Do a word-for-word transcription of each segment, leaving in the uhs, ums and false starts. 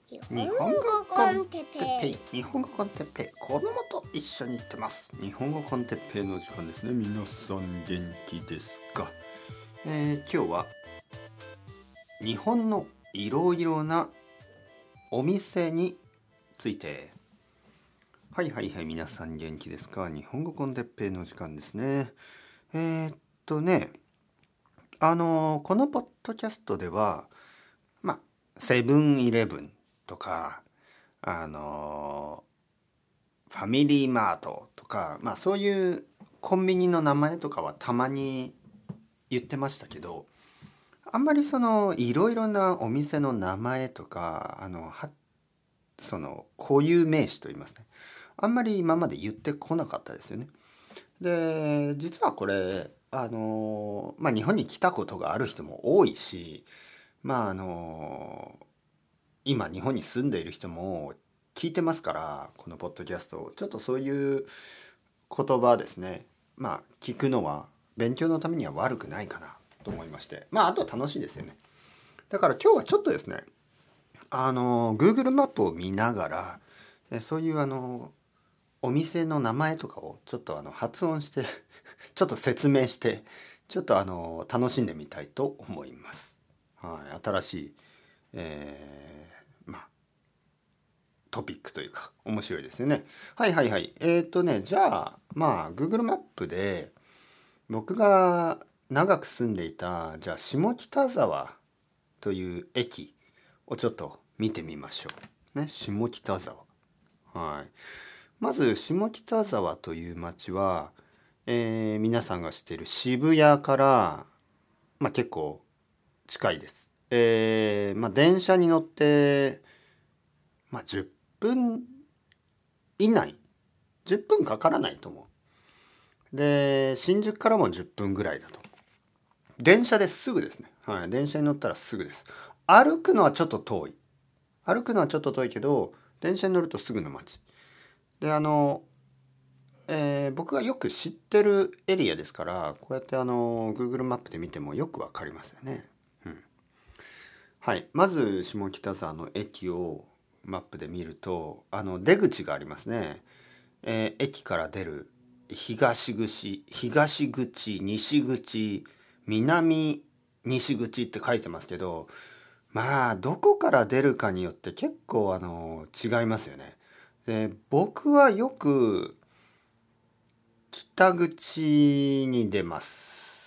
日本語コンテッペイ日本語コンテッペイ子供と一緒に行ってます。日本語コンテッペイの時間ですね。皆さん元気ですか？えー、今日は日本のいろいろなお店について。はいはいはい、皆さん元気ですか？日本語コンテッペイの時間ですね。えー、っとねあのー、このポッドキャストではまあセブンイレブンとかあのファミリーマートとか、まあそういうコンビニの名前とかはたまに言ってましたけど、あんまりそのいろいろなお店の名前とかあのはその固有名詞と言いますね、あんまり今まで言ってこなかったですよね。で実はこれあのまあ日本に来たことがある人も多いし、まああの今日本に住んでいる人も聞いてますから、このポッドキャストちょっとそういう言葉ですね、まあ聞くのは勉強のためには悪くないかなと思いまして、まああとは楽しいですよね。だから今日はちょっとですねあの Google マップを見ながらえそういうあのお店の名前とかをちょっとあの発音してちょっと説明してちょっとあの楽しんでみたいと思います。はい、新しい、えー、まあトピックというか面白いですよね。はいはいはい。えっとねじゃあまあ Google マップで僕が長く住んでいたじゃあ下北沢という駅をちょっと見てみましょう。ね、下北沢。はい。まず下北沢という街は、えー皆さんが知っている渋谷から、まあ、結構近いです。えーまあ、電車に乗って、まあ、じゅっぷん以内じゅっぷんかからないと思う。で新宿からもじゅっぷんぐらいだと。電車ですぐですね。はい、電車に乗ったらすぐです。歩くのはちょっと遠い歩くのはちょっと遠いけど電車に乗るとすぐの街で、あの、えー僕がよく知ってるエリアですから、こうやってあの Google マップで見てもよくわかりますよね。うん、はい、まず下北沢の駅をマップで見るとあの出口がありますね。えー駅から出る東口東口西口南西口って書いてますけど、まあどこから出るかによって結構あの違いますよね。で僕はよく北口に出ます。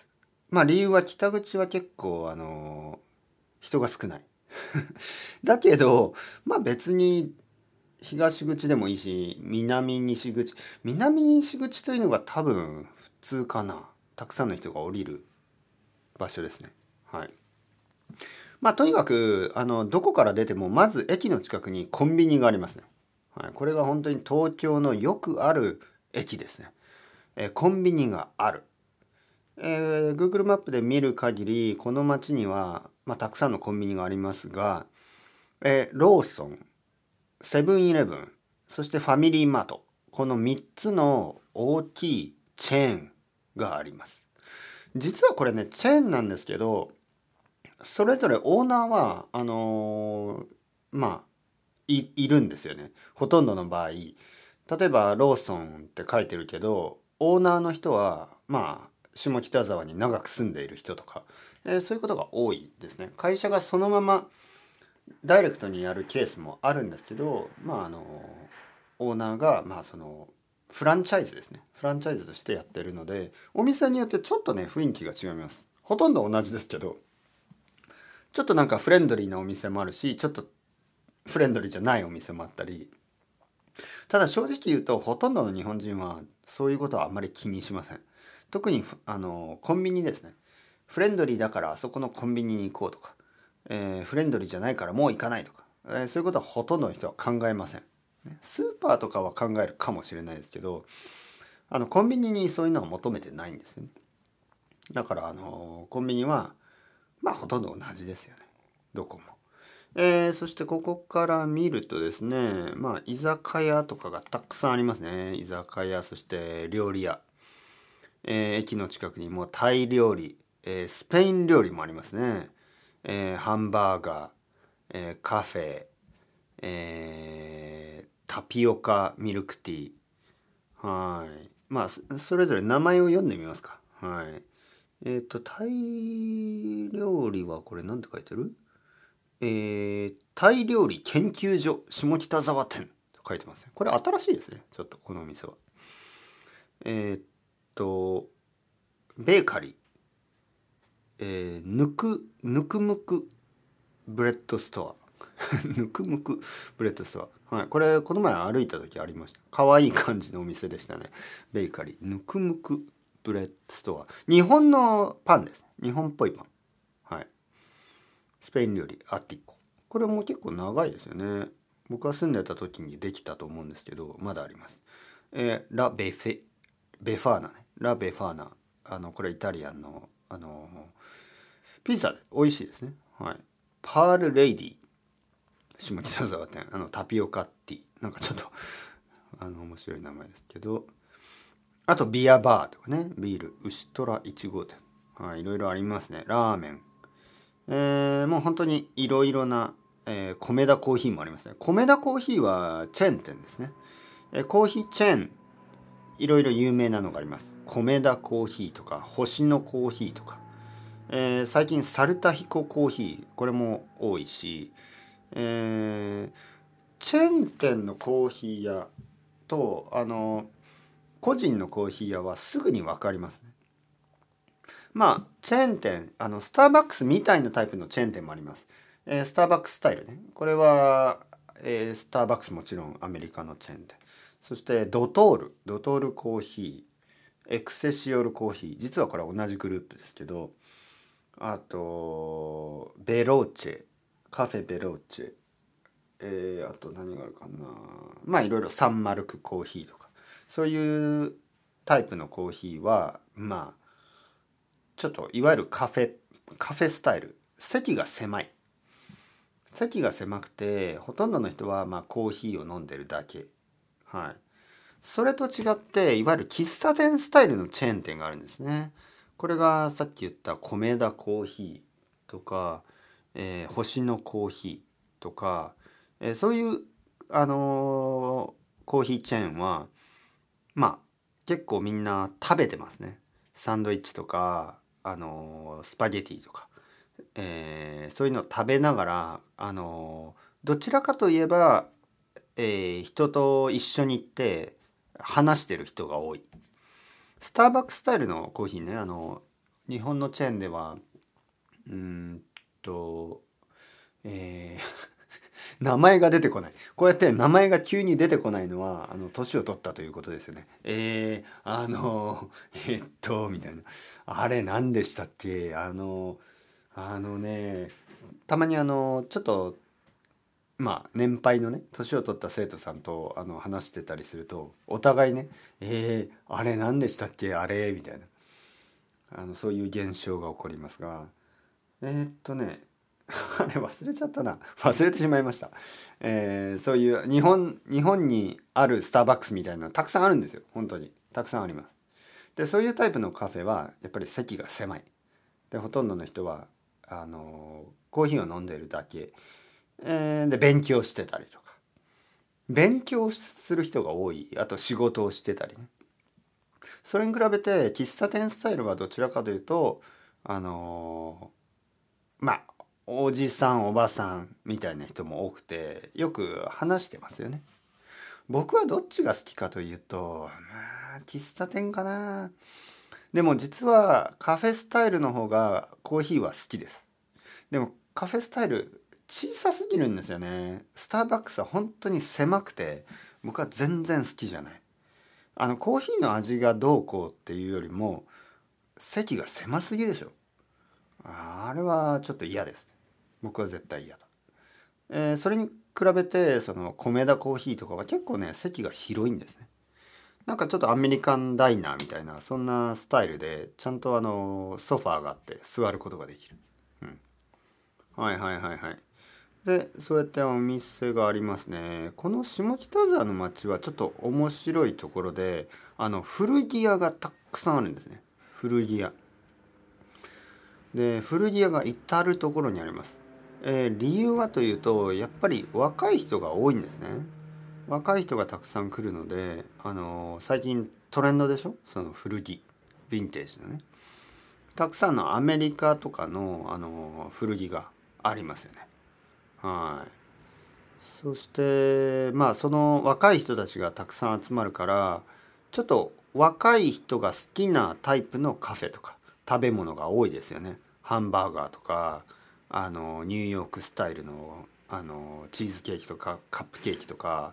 まあ理由は北口は結構あの人が少ないだけどまあ別に東口でもいいし南西口南西口というのが多分普通かな。たくさんの人が降りる場所ですね。はい。まあとにかくあのどこから出てもまず駅の近くにコンビニがありますね。はい、これが本当に東京のよくある駅ですね。えーコンビニがある。えー Google マップで見る限りこの街には、まあ、たくさんのコンビニがありますが、えーローソン、セブンイレブン、そしてファミリーマート、このみっつの大きいチェーンがあります。実はこれねチェーンなんですけど、それぞれオーナーはあのーまあい、いるんですよね。ほとんどの場合例えばローソンって書いてるけどオーナーの人はまあ下北沢に長く住んでいる人とか、えーそういうことが多いですね。会社がそのままダイレクトにやるケースもあるんですけど、まああのオーナーがまあそのフランチャイズですね。フランチャイズとしてやってるので、お店によってちょっとね雰囲気が違います。ほとんど同じですけど、ちょっとなんかフレンドリーなお店もあるし、ちょっとフレンドリーじゃないお店もあったり。ただ正直言うとほとんどの日本人はそういうことはあんまり気にしません。特にあのコンビニですね。フレンドリーだからあそこのコンビニに行こうとか、えーフレンドリーじゃないからもう行かないとか、えーそういうことはほとんどの人は考えません。スーパーとかは考えるかもしれないですけど、あのコンビニにそういうのは求めてないんですね。だからあのコンビニはまあほとんど同じですよね。どこも。えーそしてここから見るとですね、まあ居酒屋とかがたくさんありますね。居酒屋、そして料理屋。えー駅の近くにもタイ料理、えースペイン料理もありますね。えーハンバーガー、えーカフェ、 えー、タピオカミルクティー。はい。まあそれぞれ名前を読んでみますか。はい。えっとタイ料理はこれなんて書いてる？えー、タイ料理研究所下北沢店と書いてますね。これ新しいですね。ちょっとこのお店は。えー、っとベーカリー、えー、ぬくぬくむくブレッドストアぬくむくブレッドストア、はい、これこの前歩いた時ありました。可愛い感じのお店でしたね。ベーカリーぬくむくブレッドストア、日本のパンです。日本っぽいパン。はい。スペイン料理アティコ、これも結構長いですよね。僕が住んでた時にできたと思うんですけどまだあります。えー、ラ・ベフェベファーナね。ラ・ベファーナ、あのこれイタリアンのあのピザで美味しいですね。はい。パールレイディ下北沢店、あのタピオカティー、なんかちょっとあの面白い名前ですけど、あとビアバーとかね、ビール牛虎いち号店、はい、いろいろありますね。ラーメン、えー、もう本当にいろいろな、えー、米田コーヒーもありますね。米田コーヒーはチェーン店ですね。えー、コーヒーチェーンいろいろ有名なのがあります。米田コーヒーとか星のコーヒーとか、えー、最近サルタヒココーヒー、これも多いし、えー、チェーン店のコーヒー屋とあの個人のコーヒー屋はすぐに分かりますね。まあチェーン店、あのスターバックスみたいなタイプのチェーン店もあります。えー、スターバックススタイルね、これは、えー、スターバックスもちろんアメリカのチェーン店。そしてドトールドトールコーヒー、エクセシオルコーヒー、実はこれは同じグループですけど、あとベローチェ、カフェベローチェ、えー、あと何があるかな、まあいろいろサンマルクコーヒーとかそういうタイプのコーヒーはまあちょっといわゆるカフェカフェスタイル、席が狭い、席が狭くてほとんどの人はまあコーヒーを飲んでるだけ。はい。それと違っていわゆる喫茶店スタイルのチェーン店があるんですね。これがさっき言った米田コーヒーとか、えー星のコーヒーとか、えーそういう、あのーコーヒーチェーンはまあ結構みんな食べてますね。サンドイッチとか、あのースパゲティとか、えーそういうのを食べながら、あのーどちらかといえば、えー人と一緒に行って話してる人が多い。スターバックススタイルのコーヒーね、あの日本のチェーンではうーんと、えー名前が出てこない。こうやって名前が急に出てこないのはあの年を取ったということですよね。えー、あのえっとみたいな、あれ何でしたっけ、あのあのね、たまにあのちょっとまあ年配のね年を取った生徒さんとあの話してたりするとお互いね、えー、あれ何でしたっけあれみたいな、あのそういう現象が起こりますが、えー、っとねあれ忘れちゃったな、忘れてしまいました。えー、そういう日本日本にあるスターバックスみたいなのたくさんあるんですよ。本当にたくさんあります。でそういうタイプのカフェはやっぱり席が狭いで、ほとんどの人はあのコーヒーを飲んでいるだけ、えーで勉強してたりとか、勉強する人が多い。あと仕事をしてたりね。それに比べて喫茶店スタイルはどちらかというとあのーまあおじさんおばさんみたいな人も多くてよく話してますよね。僕はどっちが好きかというと、まあ喫茶店かな。でも実はカフェスタイルの方がコーヒーは好きです。でもカフェスタイル小さすぎるんですよね。スターバックスは本当に狭くて僕は全然好きじゃない。あのコーヒーの味がどうこうっていうよりも席が狭すぎでしょ。あれはちょっと嫌です。僕は絶対嫌だ。えーそれに比べてその米田コーヒーとかは結構ね席が広いんですね。なんかちょっとアメリカンダイナーみたいなそんなスタイルでちゃんとあのソファーがあって座ることができる。うん。はいはいはいはい。でそうやってお店がありますね。この下北沢の街はちょっと面白いところで、あの古着屋がたくさんあるんですね。古着屋で古着屋が至る所にあります。 えー理由はというとやっぱり若い人が多いんですね。若い人がたくさん来るので、あのー最近トレンドでしょ、その古着ヴィンテージのね、たくさんのアメリカとかの、あのー古着がありますよね。はい。そしてまあその若い人たちがたくさん集まるから、ちょっと若い人が好きなタイプのカフェとか食べ物が多いですよね。ハンバーガーとか、あのニューヨークスタイルのあのチーズケーキとかカップケーキとか、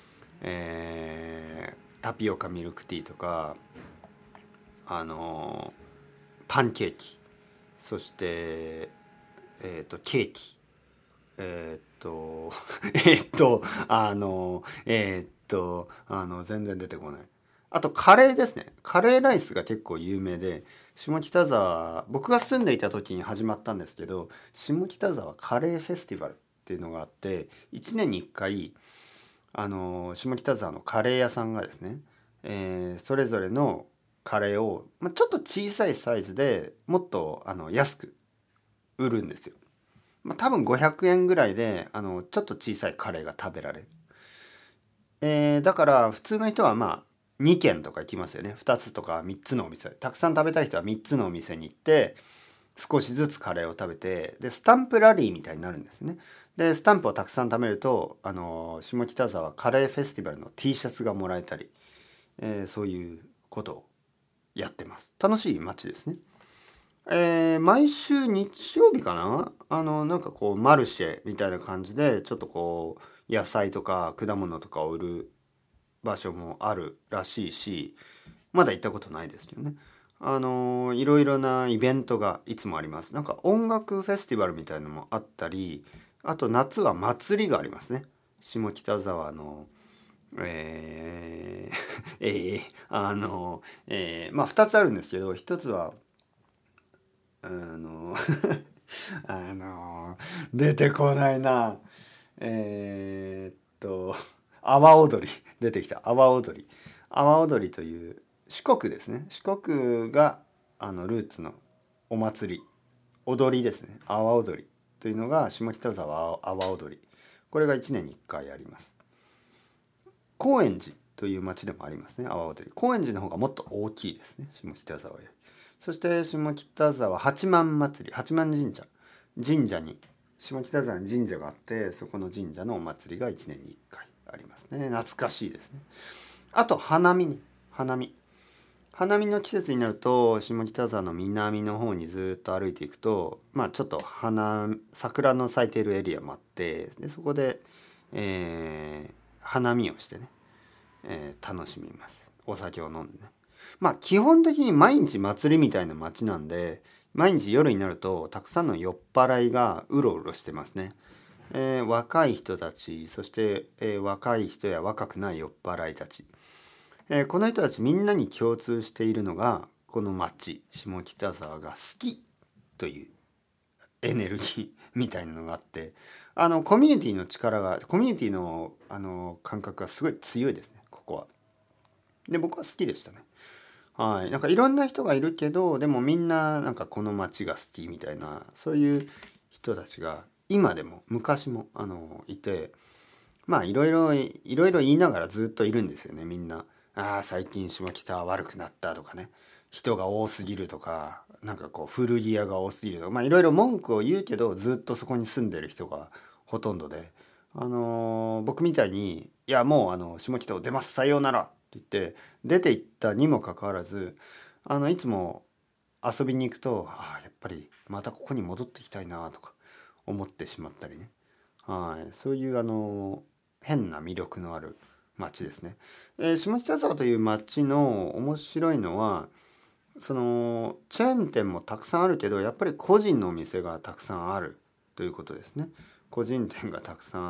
えータピオカミルクティーとか、あのパンケーキ、そしてえっとケーキ、えーっとえーっとあのえーっとあの全然出てこない。あとカレーですね。カレーライスが結構有名で、下北沢、僕が住んでいた時に始まったんですけど、下北沢カレーフェスティバルっていうのがあって、いちねんにいっかい、あの下北沢のカレー屋さんがですね、えーそれぞれのカレーを、まあ、ちょっと小さいサイズでもっとあの安く売るんですよ。まあ、多分ごひゃくえんぐらいであのちょっと小さいカレーが食べられる。えーだから普通の人はまあに軒とか行きますよね。ふたつとかみっつのお店、たくさん食べたい人はみっつのお店に行って少しずつカレーを食べて、でスタンプラリーみたいになるんですね。でスタンプをたくさん貯めると、あの下北沢カレーフェスティバルの T シャツがもらえたり、えーそういうことをやってます。楽しい街ですね。えー毎週日曜日かな、あのなんかこうマルシェみたいな感じでちょっとこう野菜とか果物とかを売る場所もあるらしいし、まだ行ったことないですけどね。あのいろいろなイベントがいつもあります。なんか音楽フェスティバルみたいのもあったり、あと夏は祭りがありますね。下北沢のえーえーあのえーまあふたつあるんですけど、ひとつはあのあの出てこないな。えーっと阿波踊り出てきた。阿波踊り、阿波踊りという四国ですね。四国があのルーツのお祭り、踊りですね。阿波踊りというのが下北沢阿波踊り。これがいちねんにいっかいあります。高円寺という町でもありますね、阿波踊り。高円寺の方がもっと大きいですね、下北沢より。そして下北沢八幡祭り、八幡神社、神社に下北沢に神社があって、そこの神社のお祭りがいちねんにいっかいありますね。懐かしいですね。あと花見ね、花見花見の季節になると下北沢の南の方にずっと歩いていくと、まあちょっと花桜の咲いているエリアもあって、でそこで、えー花見をしてね、えー楽しみます。お酒を飲んでね。まあ基本的に毎日祭りみたいな街なんで、毎日夜になるとたくさんの酔っ払いがうろうろしてますね。えー若い人たち、そして、えー若い人や若くない酔っ払いたち、えーこの人たちみんなに共通しているのが、この街下北沢が好きというエネルギーみたいなのがあって、あのコミュニティの力が、コミュニティのあの感覚がすごい強いですね、ここは。で僕は好きでしたね。はい、なんかいろんな人がいるけど、でもみんななんかこの街が好きみたいな、そういう人たちが今でも昔もあのいて、まあいろいろいろいろ言いながらずっといるんですよね、みんな。ああ最近下北は悪くなったとかね、人が多すぎるとか、なんかこう古着屋が多すぎるとか、まあいろいろ文句を言うけど、ずっとそこに住んでる人がほとんどで、あのー僕みたいに「いやもうあの下北を出ます、さようなら」って言って出て行ったにもかかわらず、あのいつも遊びに行くと、ああやっぱりまたここに戻ってきたいなとか思ってしまったりね。はい、そういうあの変な魅力のある街ですね。えー下北沢という街の面白いのは、そのチェーン店もたくさんあるけど、やっぱり個人のお店がたくさんあるということですね。個人店がたくさんあって、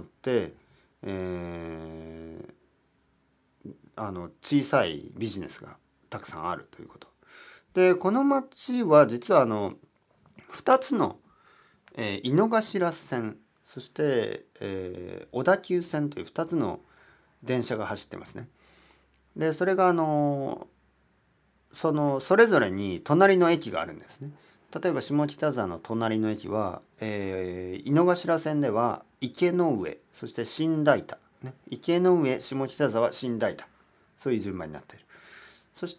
えーあの小さいビジネスがたくさんあるということ。でこの街は実はあのふたつの、えー井の頭線、そして、えー小田急線というふたつの電車が走ってますね。でそれがあのそのそれぞれに隣の駅があるんですね。 例えば下北沢の隣の駅は、えー井の頭線では池の上、そして新大田、ね、池の上、下北沢、新大田、そういう順番になっている。そして、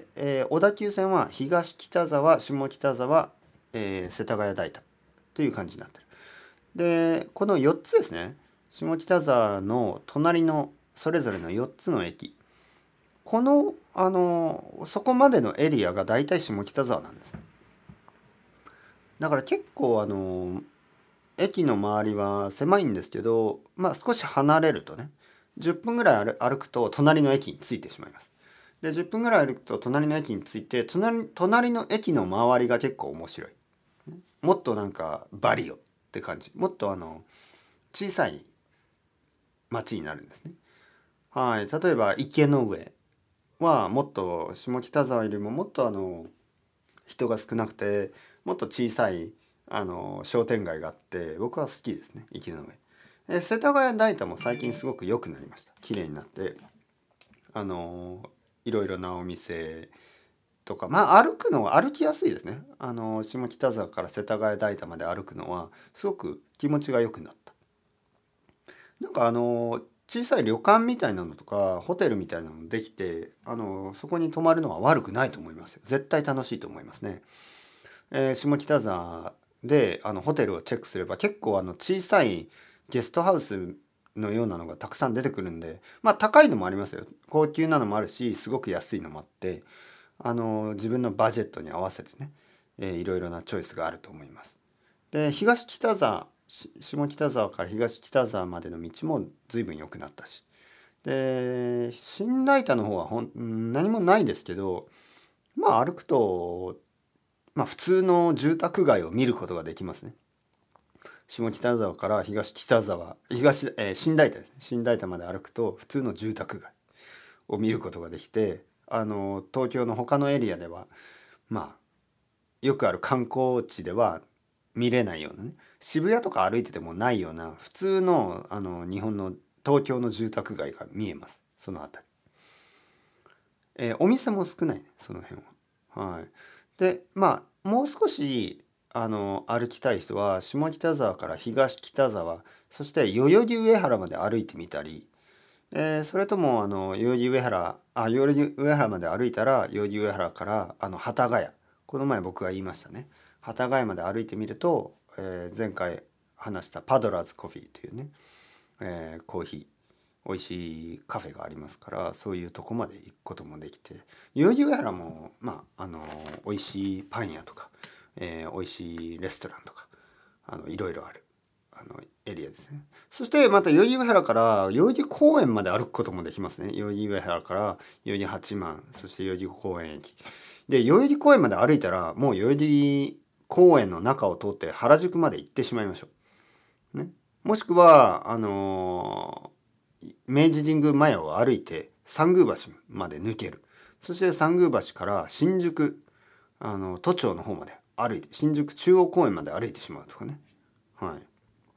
えー小田急線は東北沢、下北沢、えー世田谷大田という感じになっている。でこのよっつですね、下北沢の隣のそれぞれのよっつの駅、このあのそこまでのエリアが大体下北沢なんです。だから結構あの駅の周りは狭いんですけど、まあ少し離れるとね、じゅっぷんぐらい歩歩くと隣の駅に着いてしまいます。でじゅっぷんぐらい歩くと隣の駅に着いて、隣隣の駅の周りが結構面白い。もっとなんかバリオって感じ、もっとあの小さい街になるんですね。はい、例えば池の上はもっと下北沢よりももっとあの人が少なくて、もっと小さいあの商店街があって、僕は好きですね、池の上。え世田谷大田も最近すごく良くなりました。綺麗になって、あのいろいろなお店とか、まあ歩くのは歩きやすいですね。あの下北沢から世田谷大田まで歩くのはすごく気持ちが良くなった。なんかあの小さい旅館みたいなのとかホテルみたいなのできて、あのそこに泊まるのは悪くないと思いますよ。絶対楽しいと思いますね。えー下北沢であのホテルをチェックすれば結構あの小さいゲストハウスのようなのがたくさん出てくるんで、まあ高いのもありますよ。高級なのもあるし、すごく安いのもあって、あの自分のバジェットに合わせてね、えーいろいろなチョイスがあると思います。で東北沢、下北沢から東北沢までの道も随分良くなったし、で新大田の方はほん何もないですけど、まあ歩くと、まあ、普通の住宅街を見ることができますね。下北沢から東北沢東、えー、新大田ですね、新大田まで歩くと普通の住宅街を見ることができて、あの東京の他のエリアではまあよくある観光地では見れないようなね、渋谷とか歩いててもないような普通のあの日本の東京の住宅街が見えます、そのあたり。えーお店も少ないね、その辺は。はい。でまあもう少しあの歩きたい人は下北沢から東北沢、そして代々木上原まで歩いてみたり、えーそれともあの代々木上原あ代々木上原まで歩いたら代々木上原からあの幡ヶ谷、この前僕が言いましたね、幡ヶ谷まで歩いてみると、えー前回話したパドラーズコーヒーというね、えーコーヒー美味しいカフェがありますから、そういうとこまで行くこともできて、代々木上原もまああの美味しいパン屋とか、えー美味しいレストランとか、あのいろいろあるあのエリアですね。そしてまた代々木上原から代々木公園まで歩くこともできますね。代々木上原から代々木八幡、そして代々木公園駅で、代々木公園まで歩いたらもう代々木公園の中を通って原宿まで行ってしまいましょう、ね、もしくはあのー明治神宮前を歩いて参宮橋まで抜ける。そして参宮橋から新宿あの都庁の方まで歩いて、新宿中央公園まで歩いてしまうとかね。はい。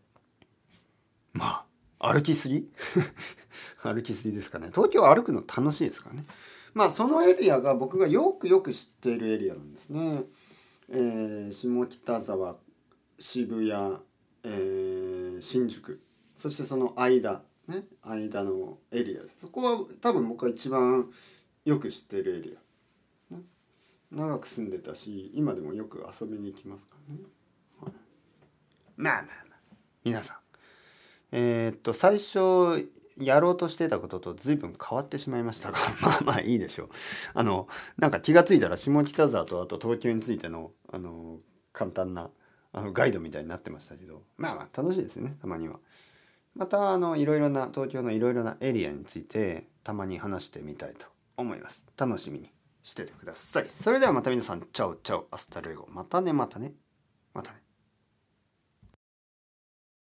まあ歩きすぎ歩きすぎですかね。東京歩くの楽しいですからね。まあそのエリアが僕がよくよく知っているエリアなんですね。えー下北沢、渋谷、えー新宿、そしてその間ね、間のエリアです。そこは多分僕が一番よく知っているエリア、ね、長く住んでたし今でもよく遊びに行きますからね。はい、まあまあまあ皆さん、えーっと最初やろうとしてたことと随分変わってしまいましたがまあまあいいでしょう。あのなんか気がついたら下北沢とあと東京についてのあの簡単なあのガイドみたいになってましたけど、まあまあ楽しいですよね、たまには。またあのいろいろな東京のいろいろなエリアについてたまに話してみたいと思います。楽しみにしててください。それではまた皆さん、チャオチャオアスタルエゴ、またねまたねまたね。